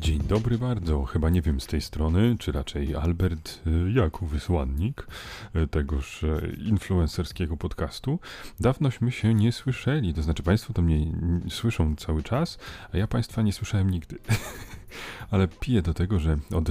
Dzień dobry bardzo. Chyba nie wiem z tej strony, czy raczej Albert jako wysłannik tegoż influencerskiego podcastu. Dawnośmy się nie słyszeli, to znaczy Państwo to mnie słyszą cały czas, a ja Państwa nie słyszałem nigdy. Ale piję do tego, że od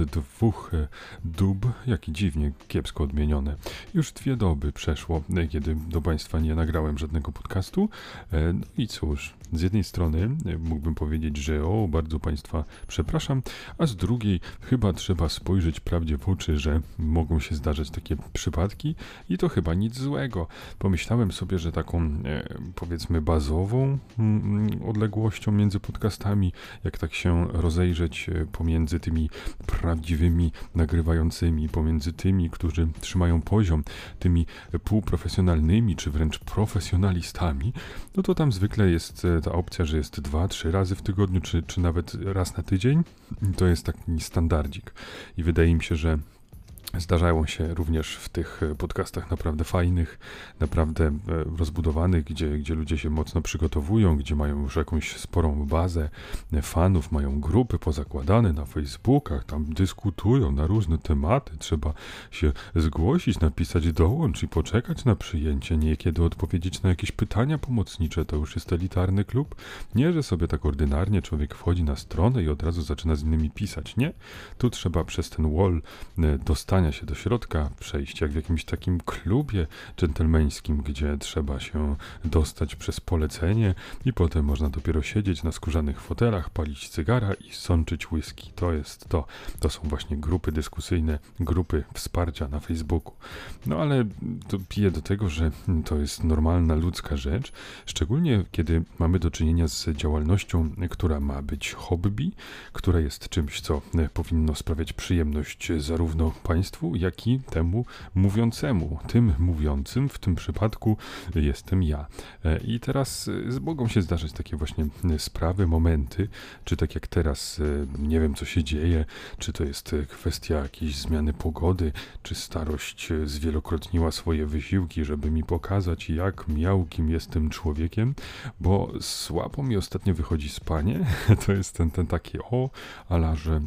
2 dób, jak i dziwnie kiepsko odmienione, już 2 doby przeszło, kiedy do Państwa nie nagrałem żadnego podcastu. No i cóż, z jednej strony mógłbym powiedzieć, że bardzo Państwa przepraszam, a z drugiej chyba trzeba spojrzeć prawdzie w oczy, że mogą się zdarzać takie przypadki i to chyba nic złego. Pomyślałem sobie, że taką powiedzmy bazową odległością między podcastami, jak tak się rozejrzeć pomiędzy tymi prawdziwymi nagrywającymi, pomiędzy tymi, którzy trzymają poziom, tymi półprofesjonalnymi, czy wręcz profesjonalistami, no to tam zwykle jest ta opcja, że jest 2-3 razy w tygodniu, czy nawet raz na tydzień. To jest taki standardzik. I wydaje mi się, że zdarzają się również w tych podcastach naprawdę fajnych, naprawdę rozbudowanych, gdzie ludzie się mocno przygotowują, gdzie mają już jakąś sporą bazę fanów, mają grupy pozakładane na Facebookach, tam dyskutują na różne tematy, trzeba się zgłosić, napisać dołącz i poczekać na przyjęcie, niekiedy odpowiedzieć na jakieś pytania pomocnicze, to już jest elitarny klub. Nie, że sobie tak ordynarnie człowiek wchodzi na stronę i od razu zaczyna z innymi pisać, nie. Tu trzeba przez ten wall dostania się do środka, przejść jak w jakimś takim klubie dżentelmeńskim, gdzie trzeba się dostać przez polecenie i potem można dopiero siedzieć na skórzanych fotelach, palić cygara i sączyć whisky. To jest to. To są właśnie grupy dyskusyjne, grupy wsparcia na Facebooku. No ale to piję do tego, że to jest normalna ludzka rzecz, szczególnie kiedy mamy do czynienia z działalnością, która ma być hobby, która jest czymś, co powinno sprawiać przyjemność zarówno państwu, jak i temu mówiącemu. Tym mówiącym w tym przypadku jestem ja. I teraz mogą się zdarzać takie właśnie sprawy, momenty, czy tak jak teraz nie wiem co się dzieje, czy to jest kwestia jakiejś zmiany pogody, czy starość zwielokrotniła swoje wysiłki, żeby mi pokazać jak miałkim jestem człowiekiem, bo słabo mi ostatnio wychodzi spanie. To jest ten taki ala, że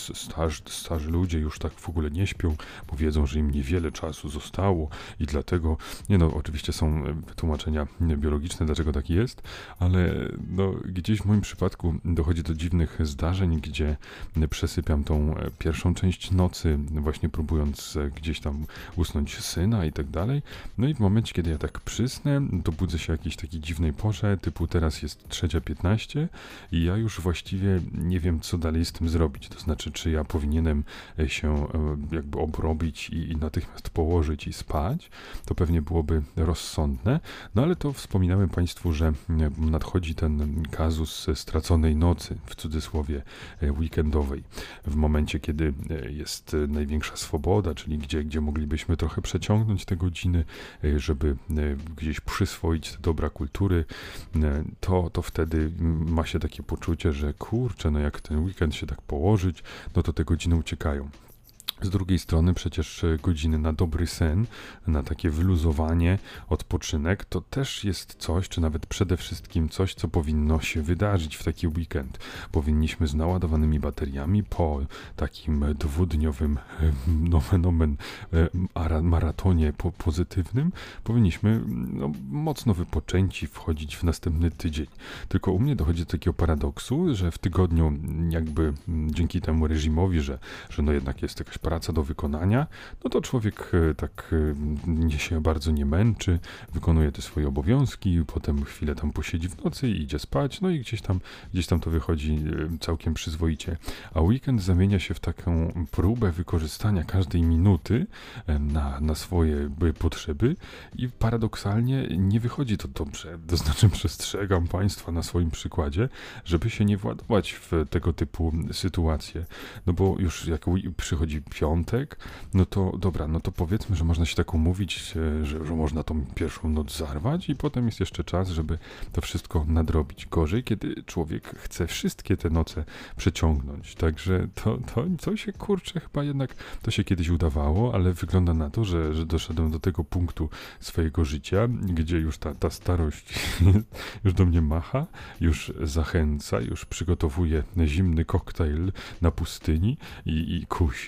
starzy ludzie już tak w ogóle nie śpią, bo wiedzą, że im niewiele czasu zostało i dlatego, oczywiście są wytłumaczenia biologiczne, dlaczego tak jest, ale gdzieś w moim przypadku dochodzi do dziwnych zdarzeń, gdzie przesypiam tą pierwszą część nocy, właśnie próbując gdzieś tam usnąć syna i tak dalej. No i w momencie, kiedy ja tak przysnę, to budzę się w jakiejś takiej dziwnej porze, typu teraz jest 3:15 i ja już właściwie nie wiem, co dalej z tym zrobić. To znaczy, czy ja powinienem się jakby obrobić i natychmiast położyć i spać, to pewnie byłoby rozsądne, no ale to wspominałem Państwu, że nadchodzi ten kazus straconej nocy, w cudzysłowie weekendowej, w momencie, kiedy jest największa swoboda, czyli gdzie moglibyśmy trochę przeciągnąć te godziny, żeby gdzieś przyswoić te dobra kultury, to wtedy ma się takie poczucie, że kurczę, jak ten weekend się tak położyć, no to te godziny uciekają. Z drugiej strony przecież godziny na dobry sen, na takie wyluzowanie, odpoczynek, to też jest coś, czy nawet przede wszystkim coś, co powinno się wydarzyć w taki weekend. Powinniśmy z naładowanymi bateriami po takim 2-dniowym maratonie pozytywnym, powinniśmy mocno wypoczęci wchodzić w następny tydzień. Tylko u mnie dochodzi do takiego paradoksu, że w tygodniu jakby dzięki temu reżimowi, że jednak jest jakaś praca do wykonania, no to człowiek tak się bardzo nie męczy, wykonuje te swoje obowiązki, potem chwilę tam posiedzi w nocy i idzie spać, no i gdzieś tam to wychodzi całkiem przyzwoicie. A weekend zamienia się w taką próbę wykorzystania każdej minuty na swoje potrzeby i paradoksalnie nie wychodzi to dobrze. To znaczy przestrzegam Państwa na swoim przykładzie, żeby się nie władować w tego typu sytuacje. No bo już jak przychodzi piątek, no to dobra, no to powiedzmy, że można się tak umówić, że można tą pierwszą noc zarwać i potem jest jeszcze czas, żeby to wszystko nadrobić. Gorzej, kiedy człowiek chce wszystkie te noce przeciągnąć. Także to się kurczę chyba jednak, to się kiedyś udawało, ale wygląda na to, że doszedłem do tego punktu swojego życia, gdzie już ta starość już do mnie macha, już zachęca, już przygotowuje zimny koktajl na pustyni i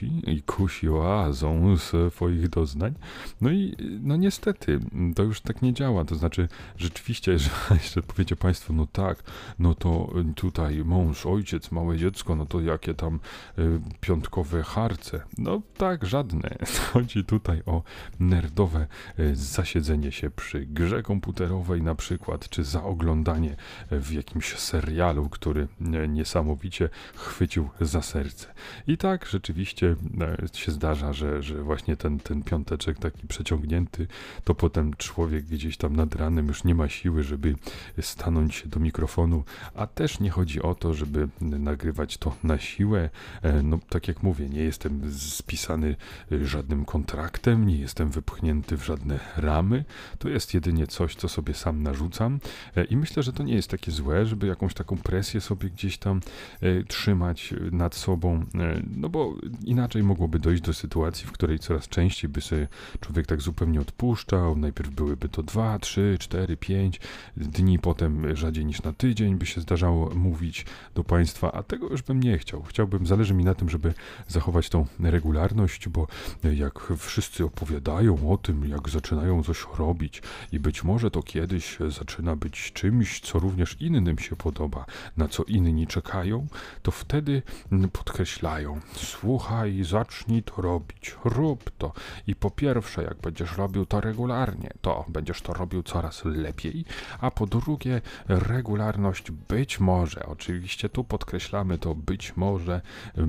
kusi oazą swoich doznań. No i no niestety, to już tak nie działa. To znaczy, rzeczywiście, że jeszcze powiecie Państwo, no tak, no to tutaj mąż, ojciec, małe dziecko, no to jakie tam piątkowe harce. No tak, żadne. Chodzi tutaj o nerdowe zasiedzenie się przy grze komputerowej na przykład, czy zaoglądanie w jakimś serialu, który niesamowicie chwycił za serce. I tak rzeczywiście się zdarza, że właśnie ten piąteczek taki przeciągnięty, to potem człowiek gdzieś tam nad ranem już nie ma siły, żeby stanąć do mikrofonu, a też nie chodzi o to, żeby nagrywać to na siłę. No tak jak mówię, nie jestem spisany żadnym kontraktem, nie jestem wypchnięty w żadne ramy, to jest jedynie coś, co sobie sam narzucam i myślę, że to nie jest takie złe, żeby jakąś taką presję sobie gdzieś tam trzymać nad sobą, no bo inaczej mogłoby dojść do sytuacji, w której coraz częściej by sobie człowiek tak zupełnie odpuszczał, najpierw byłyby to 2, 3, 4, 5 dni, potem rzadziej niż na tydzień by się zdarzało mówić do Państwa, a tego już bym nie chciał. Zależy mi na tym, żeby zachować tą regularność, bo jak wszyscy opowiadają o tym, jak zaczynają coś robić i być może to kiedyś zaczyna być czymś, co również innym się podoba, na co inni czekają, to wtedy podkreślają: słuchaj, zacznij to robić, rób to i po pierwsze, jak będziesz robił to regularnie, to będziesz to robił coraz lepiej, a po drugie, regularność być może, oczywiście tu podkreślamy to być może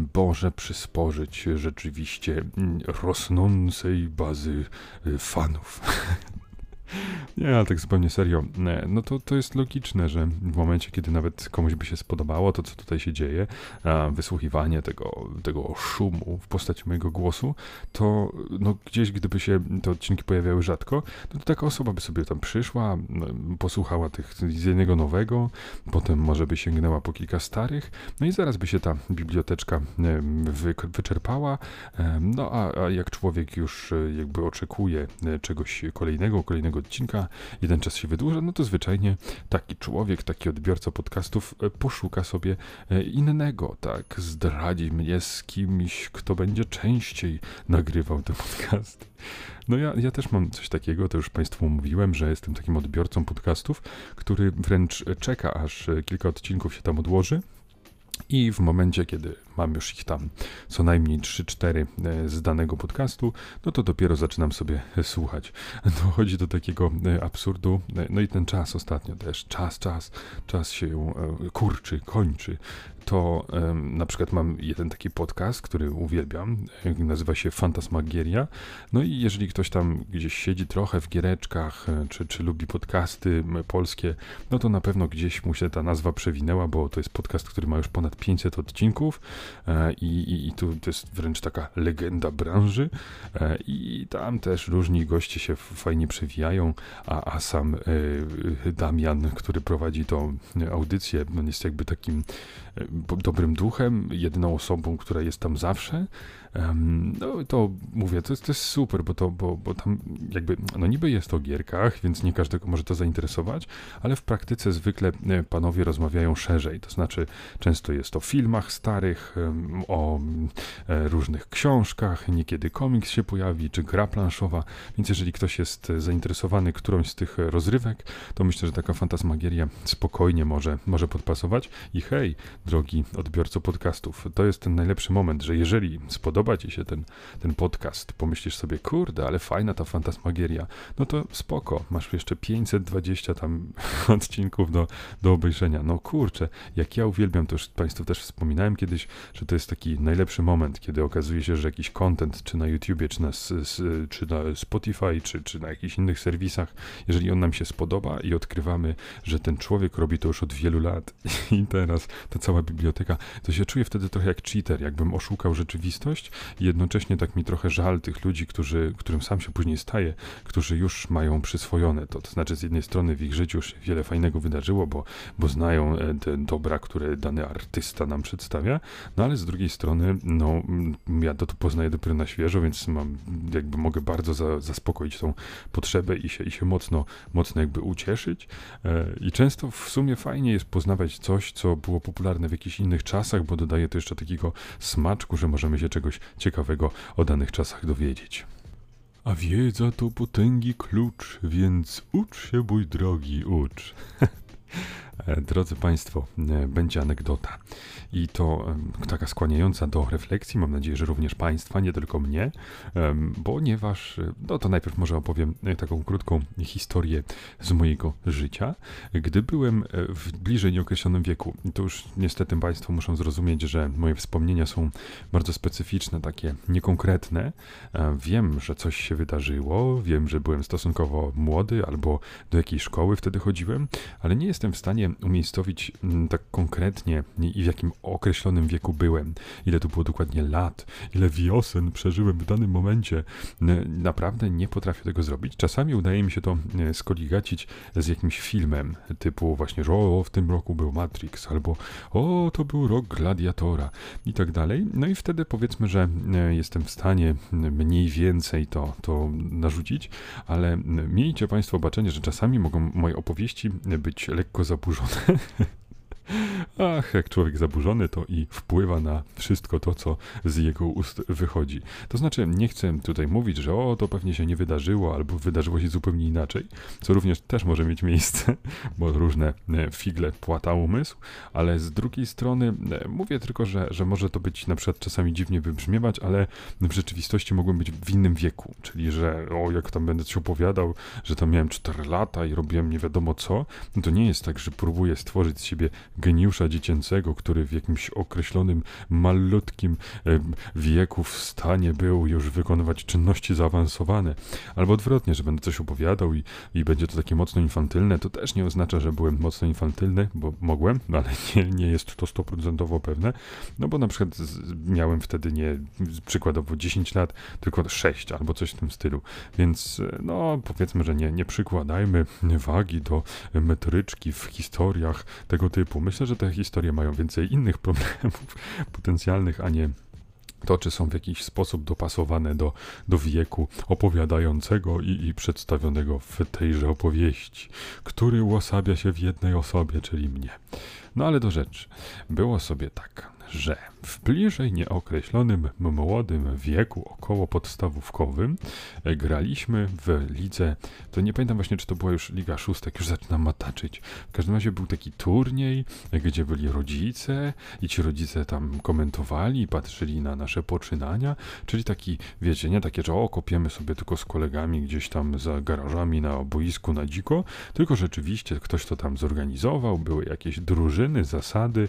przysporzyć rzeczywiście rosnącej bazy fanów. Nie, ale tak zupełnie serio, no to jest logiczne, że w momencie, kiedy nawet komuś by się spodobało to, co tutaj się dzieje, wysłuchiwanie tego szumu w postaci mojego głosu, to no gdzieś, gdyby się te odcinki pojawiały rzadko, to taka osoba by sobie tam przyszła, posłuchała z jednego nowego, potem może by sięgnęła po kilka starych, no i zaraz by się ta biblioteczka wyczerpała, no a jak człowiek już jakby oczekuje czegoś kolejnego odcinka, jeden czas się wydłuża, no to zwyczajnie taki człowiek, taki odbiorca podcastów poszuka sobie innego, tak, zdradzi mnie z kimś, kto będzie częściej nagrywał te podcasty. No ja też mam coś takiego, to już Państwu mówiłem, że jestem takim odbiorcą podcastów, który wręcz czeka, aż kilka odcinków się tam odłoży. I w momencie, kiedy mam już ich tam co najmniej 3-4 z danego podcastu, no to dopiero zaczynam sobie słuchać. Dochodzi do takiego absurdu, no i ten czas ostatnio też, czas się kończy. To na przykład mam jeden taki podcast, który uwielbiam, nazywa się Fantasmagieria. No i jeżeli ktoś tam gdzieś siedzi trochę w giereczkach, czy lubi podcasty polskie, no to na pewno gdzieś mu się ta nazwa przewinęła, bo to jest podcast, który ma już ponad 500 odcinków i tu to jest wręcz taka legenda branży i tam też różni goście się fajnie przewijają, a sam Damian, który prowadzi tą audycję, on jest jakby takim dobrym duchem, jedyną osobą, która jest tam zawsze. No to mówię, to jest super, bo tam jakby, no niby jest o gierkach, więc nie każdego może to zainteresować, ale w praktyce zwykle panowie rozmawiają szerzej, to znaczy często jest o filmach starych, o różnych książkach, niekiedy komiks się pojawi, czy gra planszowa, więc jeżeli ktoś jest zainteresowany którąś z tych rozrywek, to myślę, że taka Fantasmagieria spokojnie może podpasować i hej, drogi odbiorco podcastów, to jest ten najlepszy moment, że jeżeli spodoba Ci się ten podcast, pomyślisz sobie, kurde, ale fajna ta Fantasmagieria, no to spoko, masz jeszcze 520 tam odcinków do obejrzenia. No kurczę, jak ja uwielbiam, to już Państwu też wspominałem kiedyś, że to jest taki najlepszy moment, kiedy okazuje się, że jakiś content, czy na YouTubie, czy na Spotify, czy na jakichś innych serwisach, jeżeli on nam się spodoba i odkrywamy, że ten człowiek robi to już od wielu lat i teraz ta cała biblioteka, to się czuję wtedy trochę jak cheater, jakbym oszukał rzeczywistość i jednocześnie tak mi trochę żal tych ludzi, którym sam się później staje, którzy już mają przyswojone to. To znaczy z jednej strony w ich życiu już się wiele fajnego wydarzyło, bo znają te dobra, które dany artysta nam przedstawia, no ale z drugiej strony, no ja to poznaję dopiero na świeżo, więc mogę bardzo zaspokoić tą potrzebę i się mocno jakby ucieszyć i często w sumie fajnie jest poznawać coś, co było popularne w jakichś innych czasach, bo dodaje to jeszcze takiego smaczku, że możemy się czegoś ciekawego o danych czasach dowiedzieć. A wiedza to potęgi klucz, więc ucz się, mój drogi, ucz. Drodzy Państwo, będzie anegdota i to taka skłaniająca do refleksji, mam nadzieję, że również Państwa, nie tylko mnie, ponieważ, no to najpierw może opowiem taką krótką historię z mojego życia. Gdy byłem w bliżej nieokreślonym wieku, to już niestety Państwo muszą zrozumieć, że moje wspomnienia są bardzo specyficzne, takie niekonkretne. Wiem, że coś się wydarzyło, wiem, że byłem stosunkowo młody albo do jakiejś szkoły wtedy chodziłem, ale nie jestem w stanie umiejscowić tak konkretnie i w jakim określonym wieku byłem, ile to było dokładnie lat, ile wiosen przeżyłem w danym momencie. Naprawdę nie potrafię tego zrobić. Czasami udaje mi się to skoligacić z jakimś filmem, typu właśnie, że w tym roku był Matrix, albo to był rok Gladiatora i tak dalej. No i wtedy powiedzmy, że jestem w stanie mniej więcej to narzucić, ale miejcie Państwo baczenie, że czasami mogą moje opowieści być lekko zaburzone. Ach, jak człowiek zaburzony, to i wpływa na wszystko to, co z jego ust wychodzi. To znaczy, nie chcę tutaj mówić, że to pewnie się nie wydarzyło, albo wydarzyło się zupełnie inaczej, co również też może mieć miejsce, bo różne figle płata umysł, ale z drugiej strony mówię tylko, że może to być na przykład czasami dziwnie wybrzmiewać, ale w rzeczywistości mogłem być w innym wieku, czyli że jak tam będę ci opowiadał, że tam miałem 4 lata i robiłem nie wiadomo co, no to nie jest tak, że próbuję stworzyć z siebie geniusza dziecięcego, który w jakimś określonym, malutkim wieku w stanie był już wykonywać czynności zaawansowane. Albo odwrotnie, że będę coś opowiadał i będzie to takie mocno infantylne. To też nie oznacza, że byłem mocno infantylny, bo mogłem, ale nie jest to 100% pewne. No bo na przykład miałem wtedy nie przykładowo 10 lat, tylko 6 albo coś w tym stylu. Więc no powiedzmy, że nie przykładajmy wagi do metryczki w historiach tego typu. Myślę, że te historie mają więcej innych problemów potencjalnych, a nie to, czy są w jakiś sposób dopasowane do wieku opowiadającego i przedstawionego w tejże opowieści, który uosabia się w jednej osobie, czyli mnie. No ale do rzeczy. Było sobie tak, że w bliżej nieokreślonym młodym wieku, około podstawówkowym, graliśmy w lidze, to nie pamiętam właśnie, czy to była już Liga Szóstek, już zaczynam mataczyć. W każdym razie był taki turniej, gdzie byli rodzice i ci rodzice tam komentowali, patrzyli na nasze poczynania, czyli taki, wiecie, nie takie, że kopiemy sobie tylko z kolegami gdzieś tam za garażami na boisku na dziko, tylko rzeczywiście ktoś to tam zorganizował, były jakieś drużyny, zasady,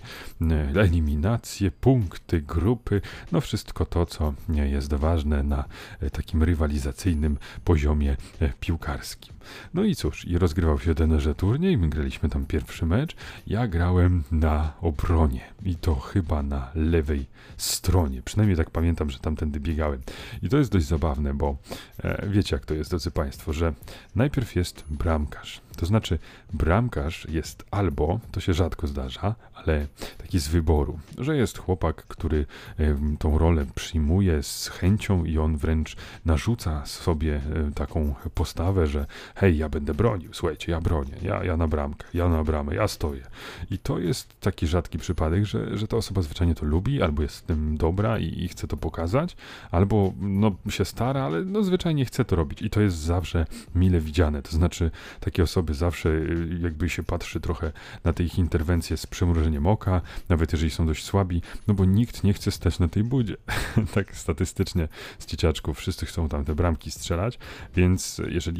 eliminacje, punkty, grupy, no wszystko to, co jest ważne na takim rywalizacyjnym poziomie piłkarskim. No i cóż, i rozgrywał się tenże turniej, my graliśmy tam pierwszy mecz, ja grałem na obronie i to chyba na lewej stronie, przynajmniej tak pamiętam, że tamtędy biegałem. I to jest dość zabawne, bo wiecie jak to jest, drodzy Państwo, że najpierw jest bramkarz. To znaczy bramkarz jest albo, to się rzadko zdarza, ale taki z wyboru, że jest chłopak, który tą rolę przyjmuje z chęcią i on wręcz narzuca sobie taką postawę, że hej, ja będę bronił, słuchajcie, ja bronię, ja na bramkę, ja na bramę, ja stoję. I to jest taki rzadki przypadek, że ta osoba zwyczajnie to lubi, albo jest w tym dobra i chce to pokazać, albo no się stara, ale no zwyczajnie chce to robić i to jest zawsze mile widziane. To znaczy takie osoby zawsze jakby się patrzy trochę na te ich interwencje z przymrużeniem oka, nawet jeżeli są dość słabi, no bo nikt nie chce stać na tej budzie. Tak statystycznie z dzieciaczków wszyscy chcą tam te bramki strzelać, więc jeżeli jest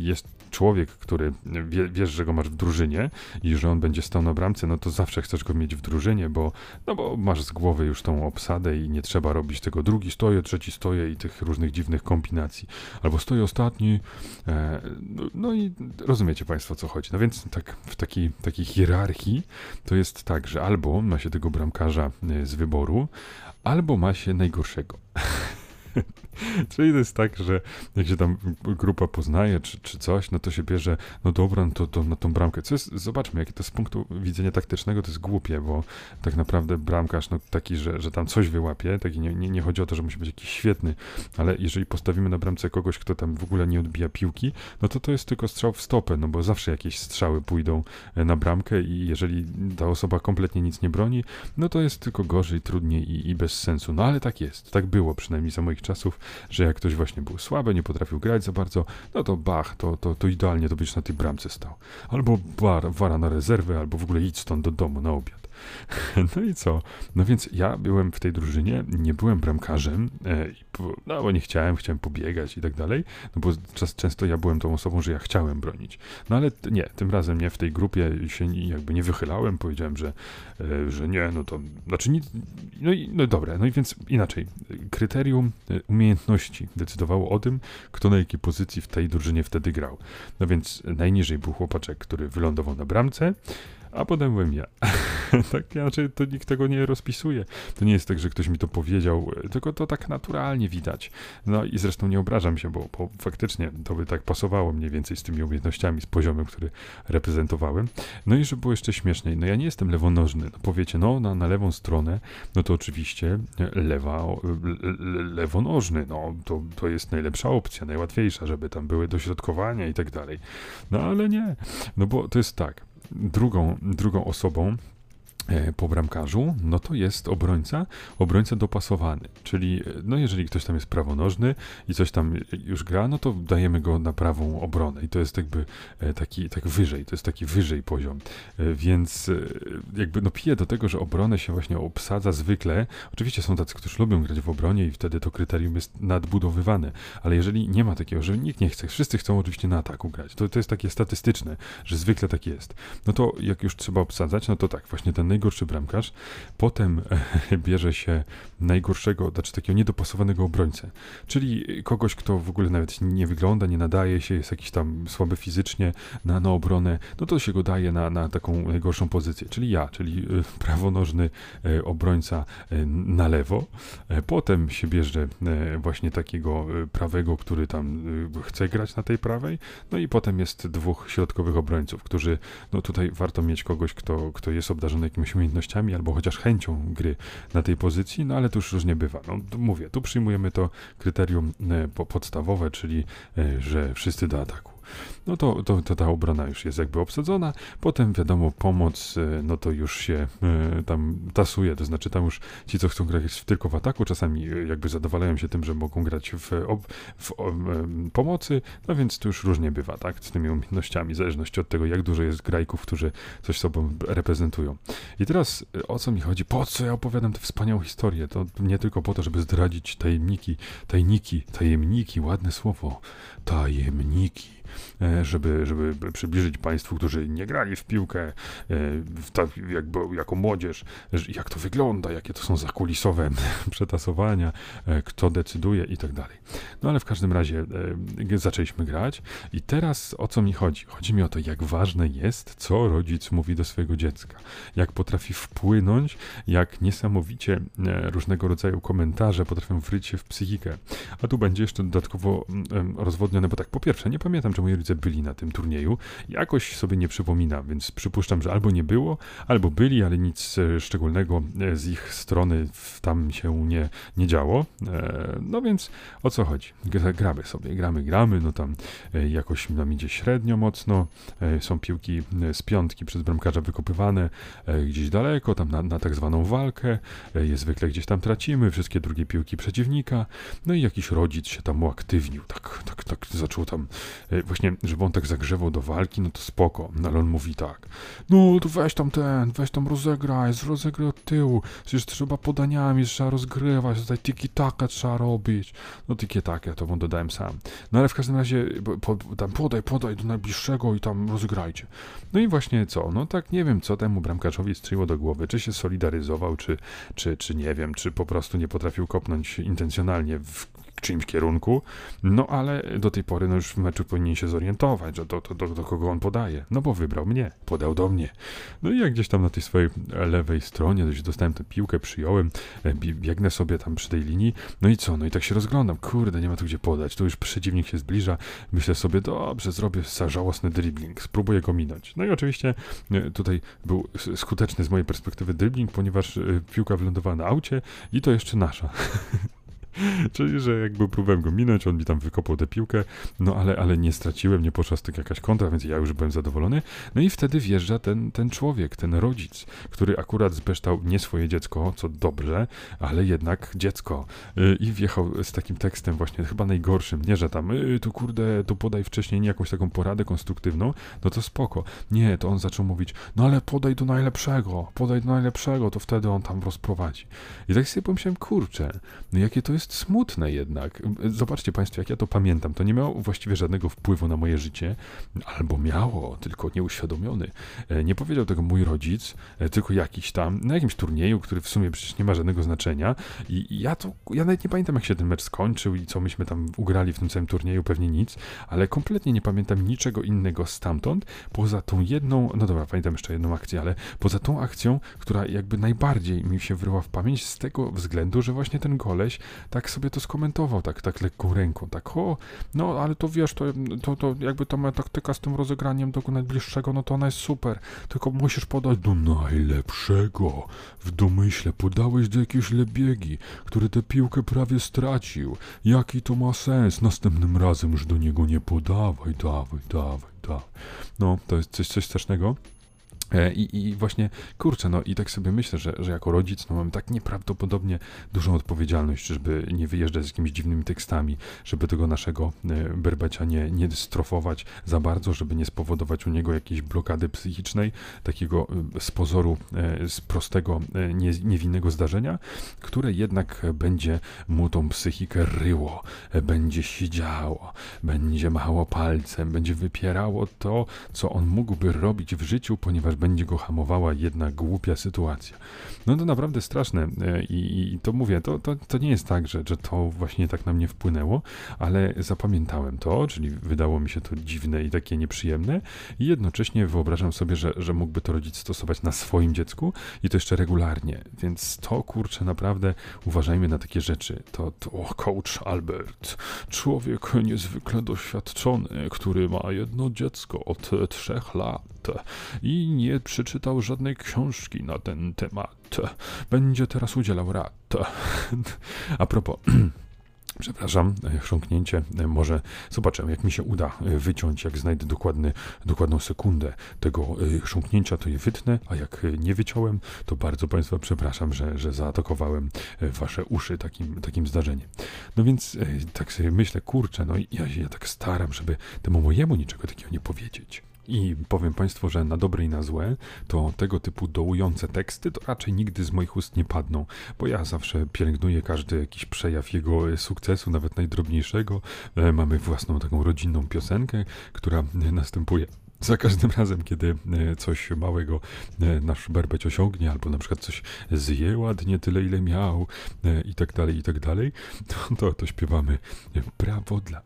człowiek, który wiesz, że go masz w drużynie i że on będzie stał na bramce, no to zawsze chcesz go mieć w drużynie, bo masz z głowy już tą obsadę i nie trzeba robić tego drugi stoje, trzeci stoje i tych różnych dziwnych kombinacji. Albo stoję ostatni, no i rozumiecie Państwo, o co chodzi. No więc tak w takiej hierarchii to jest tak, że albo ma się tego bramkarza z wyboru, albo ma się najgorszego. Czyli to jest tak, że jak się tam grupa poznaje, czy coś, no to się bierze, no dobra, no to na tą bramkę. Co jest, zobaczmy, jakie to z punktu widzenia taktycznego to jest głupie, bo tak naprawdę bramkarz, no taki, że tam coś wyłapie, taki nie chodzi o to, że musi być jakiś świetny, ale jeżeli postawimy na bramce kogoś, kto tam w ogóle nie odbija piłki, no to jest tylko strzał w stopę, no bo zawsze jakieś strzały pójdą na bramkę i jeżeli ta osoba kompletnie nic nie broni, no to jest tylko gorzej, trudniej i bez sensu. No ale tak jest, tak było przynajmniej za moich czasów, że jak ktoś właśnie był słaby, nie potrafił grać za bardzo, no to to idealnie to byś na tej bramce stał. Albo wara na rezerwę, albo w ogóle idź stąd do domu na obiad. No i co? No więc ja byłem w tej drużynie, nie byłem bramkarzem, no bo nie chciałem pobiegać i tak dalej, no bo często ja byłem tą osobą, że ja chciałem bronić. No ale nie, tym razem nie, w tej grupie się jakby nie wychylałem, powiedziałem, że nie, no to, znaczy no dobra, no i więc inaczej, kryterium umiejętności decydowało o tym, kto na jakiej pozycji w tej drużynie wtedy grał. No więc najniżej był chłopaczek, który wylądował na bramce, a potem byłem ja. Tak, znaczy to nikt tego nie rozpisuje. To nie jest tak, że ktoś mi to powiedział, tylko to tak naturalnie widać. No i zresztą nie obrażam się, bo faktycznie to by tak pasowało mniej więcej z tymi umiejętnościami, z poziomem, który reprezentowałem. No i żeby było jeszcze śmieszniej, no ja nie jestem lewonożny. No powiecie, no na lewą stronę, no to oczywiście lewonożny, no to jest najlepsza opcja, najłatwiejsza, żeby tam były dośrodkowania i tak dalej. No ale nie, no bo to jest tak. Drugą osobą po bramkarzu, no to jest obrońca dopasowany, czyli no jeżeli ktoś tam jest prawonożny i coś tam już gra, no to dajemy go na prawą obronę i to jest jakby tak wyżej, to jest taki wyżej poziom, więc jakby no piję do tego, że obronę się właśnie obsadza zwykle, oczywiście są tacy, którzy lubią grać w obronie i wtedy to kryterium jest nadbudowywane, ale jeżeli nie ma takiego, że nikt nie chce, wszyscy chcą oczywiście na ataku grać, to jest takie statystyczne, że zwykle tak jest, no to jak już trzeba obsadzać, no to tak, właśnie ten najgorszy bramkarz, potem bierze się najgorszego, znaczy takiego niedopasowanego obrońcę, czyli kogoś, kto w ogóle nawet nie wygląda, nie nadaje się, jest jakiś tam słaby fizycznie na obronę, no to się go daje na taką najgorszą pozycję, czyli ja, czyli prawonożny obrońca na lewo, potem się bierze właśnie takiego prawego, który tam chce grać na tej prawej, no i potem jest dwóch środkowych obrońców, którzy, no tutaj warto mieć kogoś, kto jest obdarzony jakimiś umiejętnościami albo chociaż chęcią gry na tej pozycji, no ale to już różnie bywa. No mówię, tu przyjmujemy to kryterium podstawowe, czyli że wszyscy do ataku. No to ta obrona już jest jakby obsadzona, potem wiadomo pomoc, no to już się tam tasuje, to znaczy tam już ci, co chcą grać tylko w ataku, czasami jakby zadowalają się tym, że mogą grać w pomocy, no więc to już różnie bywa, tak, z tymi umiejętnościami, w zależności od tego, jak dużo jest grajków, którzy coś sobą reprezentują. I teraz o co mi chodzi? Po co ja opowiadam tę wspaniałą historię? To nie tylko po to, żeby zdradzić tajemniki, ładne słowo, tajemniki. Żeby przybliżyć Państwu, którzy nie grali w piłkę jako młodzież, jak to wygląda, jakie to są zakulisowe przetasowania, kto decyduje i tak dalej. No ale w każdym razie zaczęliśmy grać i teraz o co mi chodzi? Chodzi mi o to, jak ważne jest, co rodzic mówi do swojego dziecka, jak potrafi wpłynąć, jak niesamowicie różnego rodzaju komentarze potrafią wryć się w psychikę. A tu będzie jeszcze dodatkowo rozwodnione, bo tak, po pierwsze, nie pamiętam, czy moi rodzice byli na tym turnieju. Jakoś sobie nie przypominam, więc przypuszczam, że albo nie było, albo byli, ale nic szczególnego z ich strony tam się nie działo. No więc o co chodzi? Gramy sobie, gramy, no tam jakoś nam idzie średnio mocno, są piłki z piątki przez bramkarza wykopywane gdzieś daleko, tam na tak zwaną walkę, zwykle gdzieś tam tracimy, wszystkie drugie piłki przeciwnika, no i jakiś rodzic się tam uaktywnił, tak zaczął tam, właśnie, żeby on tak zagrzewał do walki, no to spoko, no ale on mówi tak, no to weź tam rozegraj od tyłu, przecież trzeba podaniami, trzeba rozgrywać, tutaj tiki-taka trzeba robić, no tiki-taka, to wam dodałem sam, no ale w każdym razie, tam podaj do najbliższego i tam rozegrajcie. No i właśnie co, no tak nie wiem, co temu bramkarzowi strzeliło do głowy, czy się solidaryzował, czy nie wiem, czy po prostu nie potrafił kopnąć intencjonalnie w czyimś kierunku, no ale do tej pory no już w meczu powinien się zorientować, że do kogo on podaje, no bo wybrał mnie, podał do mnie. No i jak gdzieś tam na tej swojej lewej stronie dostałem tę piłkę, przyjąłem, biegnę sobie tam przy tej linii, no i co, no i tak się rozglądam, kurde, nie ma tu gdzie podać, tu już przeciwnik się zbliża, myślę sobie, dobrze, zrobię żałosny dribbling, spróbuję go minąć. No i oczywiście tutaj był skuteczny z mojej perspektywy dribbling, ponieważ piłka wylądowała na aucie i to jeszcze nasza. Czyli, że jakby próbowałem go minąć, on mi tam wykopał tę piłkę, no ale nie straciłem, nie poszła z tego jakaś kontra, więc ja już byłem zadowolony. No i wtedy wjeżdża ten człowiek, ten rodzic, który akurat zbeształ nie swoje dziecko, co dobrze, ale jednak dziecko. I wjechał z takim tekstem właśnie, chyba najgorszym, nie, że tam, tu kurde, tu podaj wcześniej jakąś taką poradę konstruktywną, no to spoko. Nie, to on zaczął mówić, no ale podaj do najlepszego, to wtedy on tam rozprowadzi. I tak sobie pomyślałem, kurczę, no jakie to jest smutne jednak. Zobaczcie Państwo, jak ja to pamiętam. To nie miało właściwie żadnego wpływu na moje życie, albo miało, tylko nieuświadomiony. Nie powiedział tego mój rodzic, tylko jakiś tam, na jakimś turnieju, który w sumie przecież nie ma żadnego znaczenia. I ja nawet nie pamiętam, jak się ten mecz skończył i co myśmy tam ugrali w tym całym turnieju, pewnie nic, ale kompletnie nie pamiętam niczego innego stamtąd, poza tą jedną, no dobra, pamiętam jeszcze jedną akcję, ale poza tą akcją, która jakby najbardziej mi się wryła w pamięć z tego względu, że właśnie ten koleś tak sobie to skomentował, tak lekką ręką, tak no ale to wiesz, to jakby ta moja taktyka z tym rozegraniem do najbliższego, no to ona jest super, tylko musisz podać do najlepszego. W domyśle podałeś do jakiejś lebiegi, który tę piłkę prawie stracił. Jaki to ma sens? Następnym razem już do niego nie podawaj, dawaj. No, to jest coś strasznego. I właśnie, kurczę, no i tak sobie myślę, że jako rodzic, no mam tak nieprawdopodobnie dużą odpowiedzialność, żeby nie wyjeżdżać z jakimiś dziwnymi tekstami, żeby tego naszego berbecia nie strofować za bardzo, żeby nie spowodować u niego jakiejś blokady psychicznej, takiego z pozoru, z prostego, niewinnego zdarzenia, które jednak będzie mu tą psychikę ryło, będzie siedziało, będzie machało palcem, będzie wypierało to, co on mógłby robić w życiu, ponieważ będzie go hamowała jedna głupia sytuacja. No to naprawdę straszne i to mówię, to nie jest tak, że to właśnie tak na mnie wpłynęło, ale zapamiętałem to, czyli wydało mi się to dziwne i takie nieprzyjemne i jednocześnie wyobrażam sobie, że mógłby to rodzic stosować na swoim dziecku i to jeszcze regularnie, więc to kurczę, naprawdę uważajmy na takie rzeczy. Coach Albert, człowiek niezwykle doświadczony, który ma jedno dziecko od 3 lat i nie przeczytał żadnej książki na ten temat. Będzie teraz udzielał rad. A propos... Przepraszam, chrząknięcie, może zobaczę, jak mi się uda wyciąć, jak znajdę dokładną sekundę tego chrząknięcia, to je wytnę, a jak nie wyciąłem, to bardzo Państwa przepraszam, że zaatakowałem Wasze uszy takim zdarzeniem. No więc tak sobie myślę, kurczę, no ja tak staram, żeby temu mojemu niczego takiego nie powiedzieć. I powiem Państwu, że na dobre i na złe, to tego typu dołujące teksty to raczej nigdy z moich ust nie padną, bo ja zawsze pielęgnuję każdy jakiś przejaw jego sukcesu, nawet najdrobniejszego. Mamy własną taką rodzinną piosenkę, która następuje za każdym razem, kiedy coś małego nasz berbeć osiągnie, albo na przykład coś zje ładnie tyle, ile miał i tak dalej, to śpiewamy brawo dla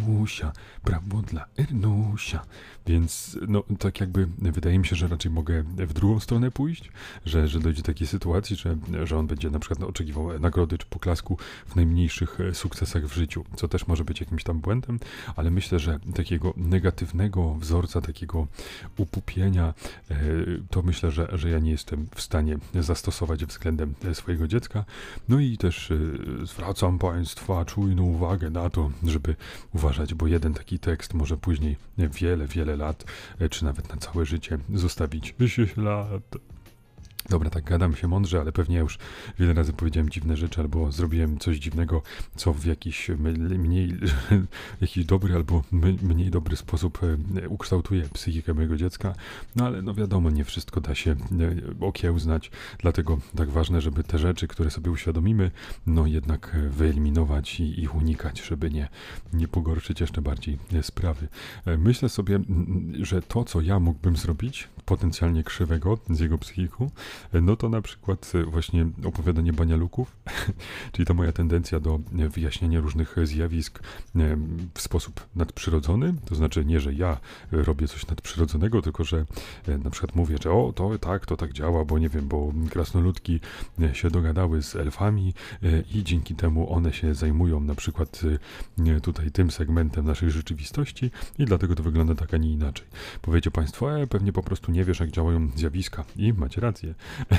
Ernusia. Więc no tak jakby wydaje mi się, że raczej mogę w drugą stronę pójść, że dojdzie do takiej sytuacji, że on będzie na przykład oczekiwał nagrody czy poklasku w najmniejszych sukcesach w życiu, co też może być jakimś tam błędem, ale myślę, że takiego negatywnego wzorca, takiego upupienia, to myślę, że ja nie jestem w stanie zastosować względem swojego dziecka. No i też zwracam Państwa czujną uwagę na to, żeby uważać, bo jeden taki tekst może później wiele lat, czy nawet na całe życie zostawić ślad. Dobra, tak gadam się mądrze, ale pewnie już wiele razy powiedziałem dziwne rzeczy, albo zrobiłem coś dziwnego, co w jakiś mniej, jakiś dobry albo mniej dobry sposób ukształtuje psychikę mojego dziecka. No ale no wiadomo, nie wszystko da się okiełznać, dlatego tak ważne, żeby te rzeczy, które sobie uświadomimy, no jednak wyeliminować i ich unikać, żeby nie pogorszyć jeszcze bardziej sprawy. Myślę sobie, że to, co ja mógłbym zrobić, potencjalnie krzywego z jego psychiką, no to na przykład właśnie opowiadanie banialuków, czyli ta moja tendencja do wyjaśniania różnych zjawisk w sposób nadprzyrodzony, to znaczy nie, że ja robię coś nadprzyrodzonego, tylko że na przykład mówię, że to tak działa, bo nie wiem, bo krasnoludki się dogadały z elfami i dzięki temu one się zajmują na przykład tutaj tym segmentem naszej rzeczywistości i dlatego to wygląda tak, a nie inaczej. Powiecie Państwo, pewnie po prostu nie wiesz, jak działają zjawiska i macie rację,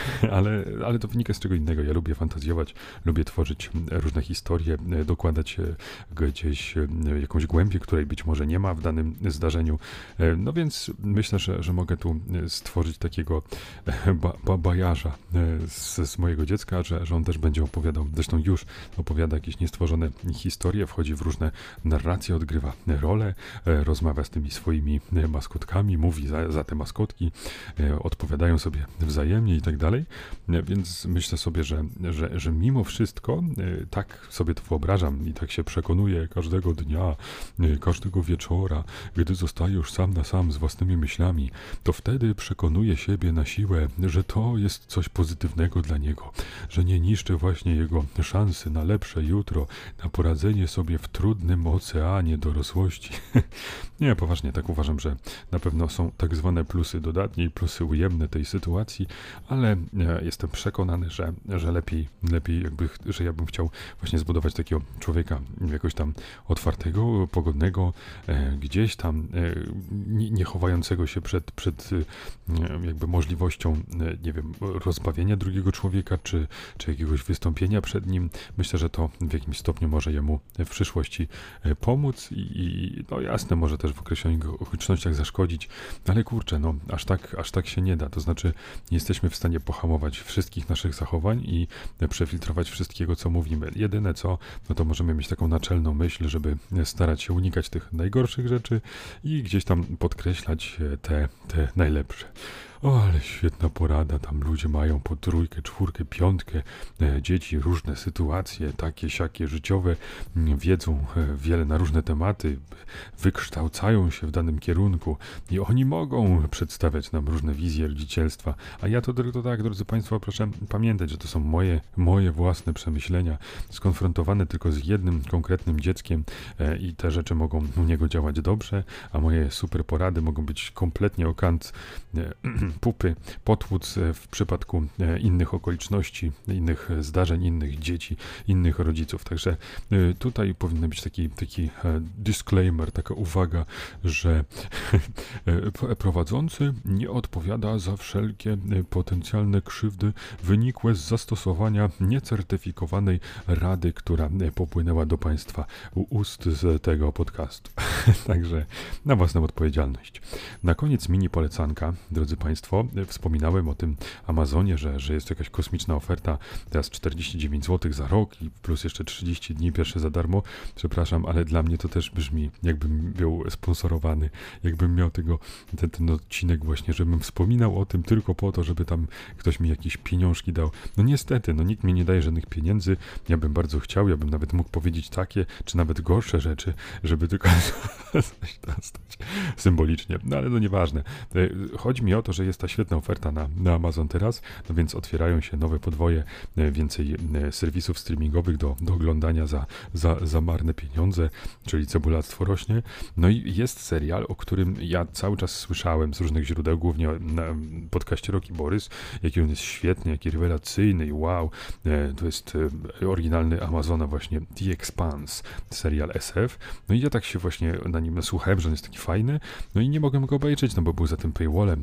ale to wynika z czego innego. Ja lubię fantazjować, lubię tworzyć różne historie, dokładać gdzieś jakąś głębię, której być może nie ma w danym zdarzeniu. No więc myślę, że mogę tu stworzyć takiego bajarza z mojego dziecka, że on też będzie opowiadał, zresztą już opowiada jakieś niestworzone historie, wchodzi w różne narracje, odgrywa rolę, rozmawia z tymi swoimi maskotkami, mówi za te maskotki, odpowiadają sobie wzajemnie i tak dalej, więc myślę sobie, że mimo wszystko tak sobie to wyobrażam i tak się przekonuję każdego dnia, każdego wieczora, gdy zostaję już sam na sam z własnymi myślami, to wtedy przekonuję siebie na siłę, że to jest coś pozytywnego dla niego, że nie niszczę właśnie jego szansy na lepsze jutro, na poradzenie sobie w trudnym oceanie dorosłości. Nie, poważnie, tak uważam, że na pewno są tak zwane plusy dodatnie i plusy ujemne tej sytuacji, ale jestem przekonany, że lepiej jakby, że ja bym chciał właśnie zbudować takiego człowieka jakoś tam otwartego, pogodnego, gdzieś tam nie chowającego się przed jakby możliwością, nie wiem, rozbawienia drugiego człowieka, czy jakiegoś wystąpienia przed nim. Myślę, że to w jakimś stopniu może jemu w przyszłości pomóc i no jasne, może też w określonych okolicznościach zaszkodzić, ale kurczę, no aż tak się nie da. To znaczy nie jesteśmy w stanie pohamować wszystkich naszych zachowań i przefiltrować wszystkiego, co mówimy. Jedyne co, no to możemy mieć taką naczelną myśl, żeby starać się unikać tych najgorszych rzeczy i gdzieś tam podkreślać te najlepsze. O, ale świetna porada, tam ludzie mają po 3, 4, 5 dzieci, różne sytuacje, takie, siakie, życiowe, wiedzą wiele na różne tematy, wykształcają się w danym kierunku i oni mogą przedstawiać nam różne wizje rodzicielstwa, a ja to tak, drodzy Państwo, proszę pamiętać, że to są moje własne przemyślenia, skonfrontowane tylko z jednym konkretnym dzieckiem i te rzeczy mogą u niego działać dobrze, a moje super porady mogą być kompletnie o kant pupy, potłuc w przypadku innych okoliczności, innych zdarzeń, innych dzieci, innych rodziców. Także tutaj powinien być taki disclaimer, taka uwaga, że prowadzący nie odpowiada za wszelkie potencjalne krzywdy wynikłe z zastosowania niecertyfikowanej rady, która popłynęła do Państwa ust z tego podcastu. Także na własną odpowiedzialność. Na koniec mini polecanka, drodzy Państwo, wspominałem o tym Amazonie, że jest jakaś kosmiczna oferta, teraz 49 zł za rok i plus jeszcze 30 dni pierwsze za darmo. Przepraszam, ale dla mnie to też brzmi, jakbym był sponsorowany, jakbym miał ten odcinek właśnie, żebym wspominał o tym tylko po to, żeby tam ktoś mi jakieś pieniążki dał. No niestety, nikt mi nie daje żadnych pieniędzy, ja bym bardzo chciał, ja bym nawet mógł powiedzieć takie, czy nawet gorsze rzeczy, żeby tylko coś dostać symbolicznie, no ale no nieważne. Chodzi mi o to, że jest ta świetna oferta na Amazon teraz, no więc otwierają się nowe podwoje, więcej serwisów streamingowych do oglądania za marne pieniądze, czyli cebulactwo rośnie. No i jest serial, o którym ja cały czas słyszałem z różnych źródeł, głównie na podcaście Rocky Borys, jaki on jest świetny, jaki rewelacyjny i wow, to jest oryginalny Amazona właśnie The Expanse, serial SF. No i ja tak się właśnie na nim słuchałem, że on jest taki fajny, no i nie mogłem go obejrzeć, no bo był za tym paywallem, tak,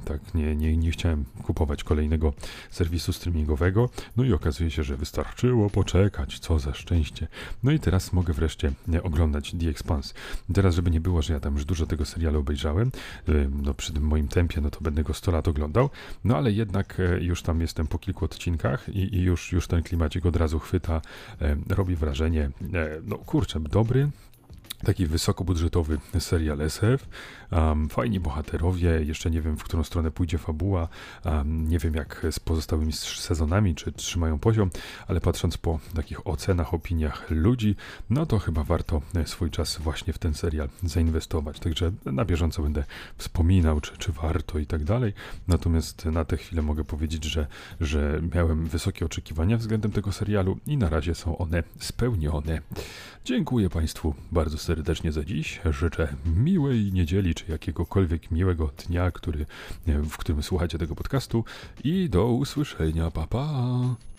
nie chciałem kupować kolejnego serwisu streamingowego. No i okazuje się, że wystarczyło poczekać, co za szczęście. No i teraz mogę wreszcie oglądać The Expanse. Teraz, żeby nie było, że ja tam już dużo tego serialu obejrzałem, no przy tym moim tempie, no to będę go 100 lat oglądał, no ale jednak już tam jestem po kilku odcinkach i już ten klimacik od razu chwyta, robi wrażenie, no kurczę, dobry, taki wysokobudżetowy serial SF, fajni bohaterowie, jeszcze nie wiem, w którą stronę pójdzie fabuła, nie wiem jak z pozostałymi sezonami, czy trzymają poziom, ale patrząc po takich ocenach, opiniach ludzi, no to chyba warto swój czas właśnie w ten serial zainwestować, także na bieżąco będę wspominał, czy warto i tak dalej, natomiast na tę chwilę mogę powiedzieć, że miałem wysokie oczekiwania względem tego serialu i na razie są one spełnione. Dziękuję Państwu bardzo serdecznie za dziś. Życzę miłej niedzieli, czy jakiegokolwiek miłego dnia, w którym słuchacie tego podcastu i do usłyszenia. Pa, pa!